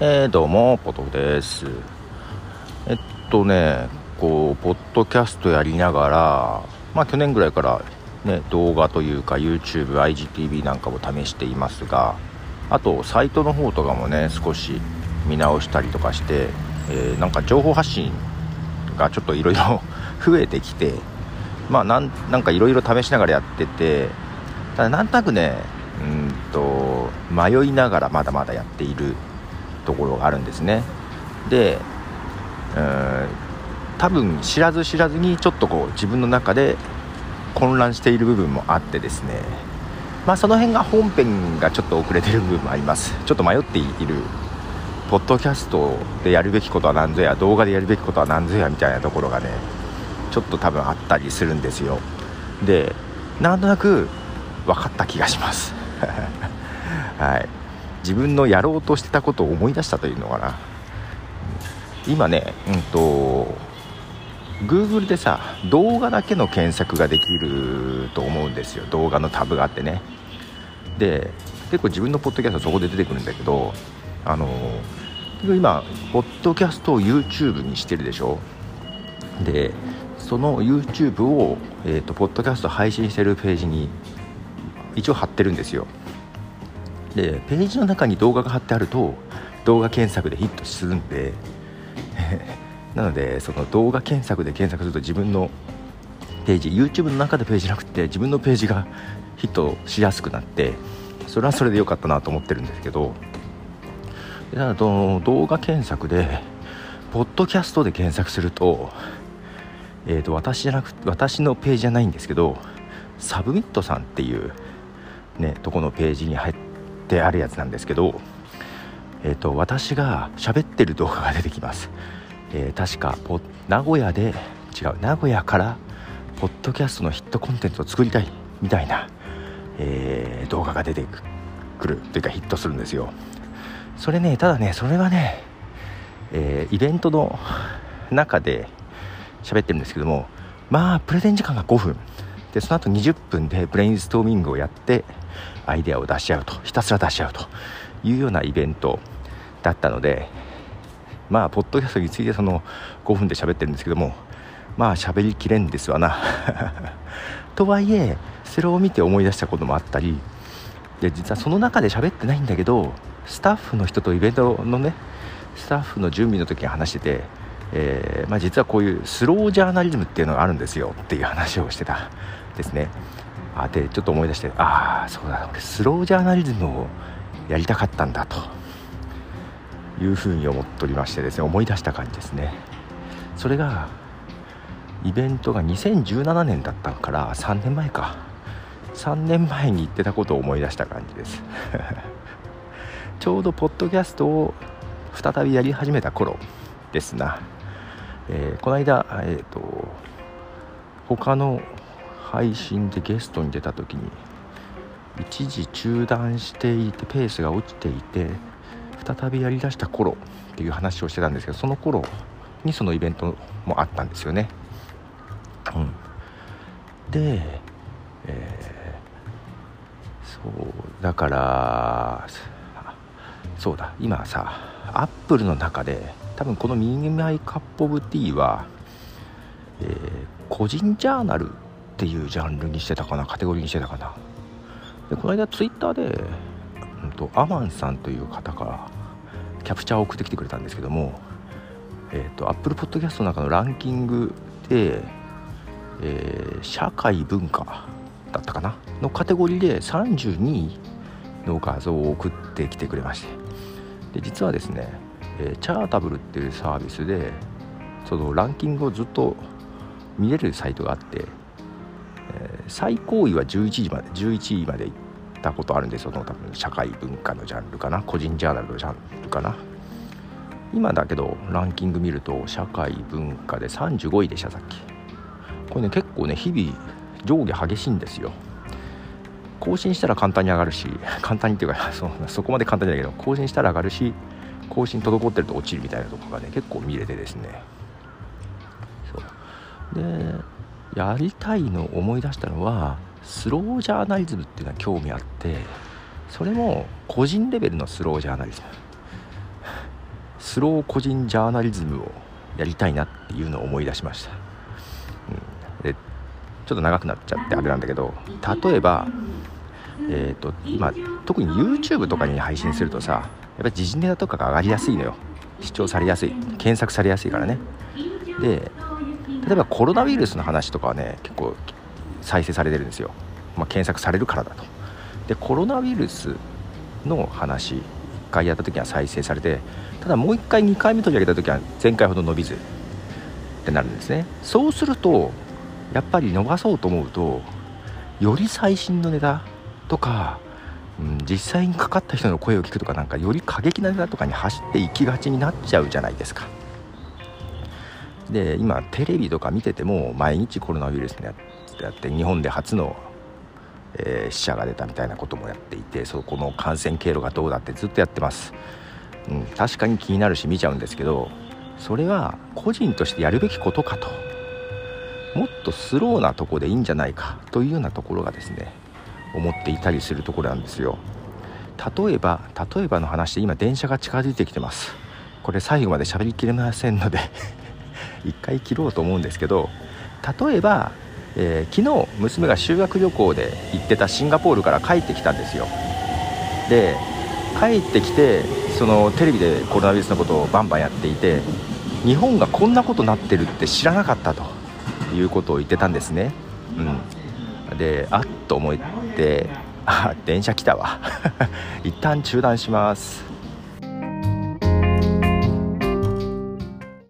どうもポトフです。ポッドキャストやりながら、去年ぐらいからね、動画というか YouTube、IGTV なんかも試していますが、あとサイトの方とかもね少し見直したりとかして、なんか情報発信がちょっといろいろ増えてきて、なんかいろいろ試しながらやってて、ただなんとなくね迷いながらまだまだやっているところがあるんですね。で、多分知らず知らずにちょっと自分の中で混乱している部分もあってですね、その辺が本編がちょっと遅れている部分もあります。ちょっと迷っている、ポッドキャストでやるべきことは何ぞや、動画でやるべきことは何ぞやみたいなところがねちょっと多分あったりするんですよ。で、なんとなく分かった気がしますはい、自分のやろうとしてたことを思い出したというのかな。今ね、Google でさ、動画だけの検索ができると思うんですよ。動画のタブがあってね。で、結構自分のポッドキャストそこで出てくるんだけど、今ポッドキャストを YouTube にしてるでしょ。で、その YouTube を、ポッドキャスト配信してるページに一応貼ってるんですよ。で、ページの中に動画が貼ってあると動画検索でヒットするんでなので、その動画検索で検索すると自分のページ、 YouTube の中でページじゃなくて自分のページがヒットしやすくなって、それはそれで良かったなと思ってるんですけど、ただ動画検索でポッドキャストで検索すると、私のページじゃないんですけど、サブミットさんっていうねとこのページに入ってあるやつなんですけど、私が喋ってる動画が出てきます。確か名古屋からポッドキャストのヒットコンテンツを作りたいみたいな、動画が出てくるというかヒットするんですよ。それね、ただね、それはね、イベントの中で喋ってるんですけども、プレゼン時間が5分で、その後20分でブレインストーミングをやってアイデアを出し合うと、ひたすら出し合うというようなイベントだったので、ポッドキャストについてその5分で喋ってるんですけども、喋りきれんですわなとはいえ、それを見て思い出したこともあったりで、実はその中で喋ってないんだけど、スタッフの人とイベントのねスタッフの準備の時に話してて、実はこういうスロージャーナリズムっていうのがあるんですよっていう話をしてたですね。でちょっと思い出して、そうだ、俺スロージャーナリズムをやりたかったんだというふうに思っておりましてですね、思い出した感じですね。それがイベントが2017年だったから3年前か、3年前に言ってたことを思い出した感じですちょうどポッドキャストを再びやり始めた頃ですな。この間、他の配信でゲストに出た時に一時中断していてペースが落ちていて再びやりだした頃っていう話をしてたんですけど、その頃にそのイベントもあったんですよね。で、そうだから、そうだ、今さ、アップルの中で多分このミニマイカップオブティーは、個人ジャーナルっていうジャンルにしてたかな、カテゴリーにしてたかな。で、この間ツイッターで、アマンさんという方からキャプチャーを送ってきてくれたんですけども、アップルポッドキャストの中のランキングで、社会文化だったかなのカテゴリーで32位の画像を送ってきてくれまして、で実はですね、チャータブルっていうサービスでそのランキングをずっと見れるサイトがあって、最高位は11位まで行ったことあるんですよ。多分社会文化のジャンルかな、個人ジャーナルのジャンルかな。今だけどランキング見ると社会文化で35位でした。さっきこれね、結構ね日々上下激しいんですよ。更新したら簡単に上がるし、簡単にっていうかそこまで簡単じゃないけど、更新したら上がるし、更新滞ってると落ちるみたいなところがね結構見れてですね、そうでやりたいのを思い出したのはスロージャーナリズムっていうのは興味あって、それも個人レベルのスロージャーナリズムスロー個人ジャーナリズムをやりたいなっていうのを思い出しました。でちょっと長くなっちゃってあれなんだけど、例えば、今特に YouTube とかに配信するとさ、やっぱり時事ネタとかが上がりやすいのよ。視聴されやすい、検索されやすいからね。で例えばコロナウイルスの話とかはね結構再生されてるんですよ、検索されるからだと。でコロナウイルスの話1回やった時は再生されて、ただもう1回2回目取り上げた時は前回ほど伸びずってなるんですね。そうするとやっぱり伸ばそうと思うとより最新のネタとか、実際にかかった人の声を聞くとか、なんかより過激なネタとかに走っていきがちになっちゃうじゃないですか。で今テレビとか見てても毎日コロナウイルスのやって日本で初の、死者が出たみたいなこともやっていて、そこの感染経路がどうだってずっとやってます。確かに気になるし見ちゃうんですけど、それは個人としてやるべきことかと、もっとスローなとこでいいんじゃないかというようなところがですね思っていたりするところなんですよ。例えばの話で今電車が近づいてきてます。これ最後まで喋りきれませんので一回切ろうと思うんですけど、例えば、昨日娘が修学旅行で行ってたシンガポールから帰ってきたんですよ。で帰ってきてそのテレビでコロナウイルスのことをバンバンやっていて、日本がこんなことになってるって知らなかったということを言ってたんですね。であっと思って電車来たわ一旦中断します。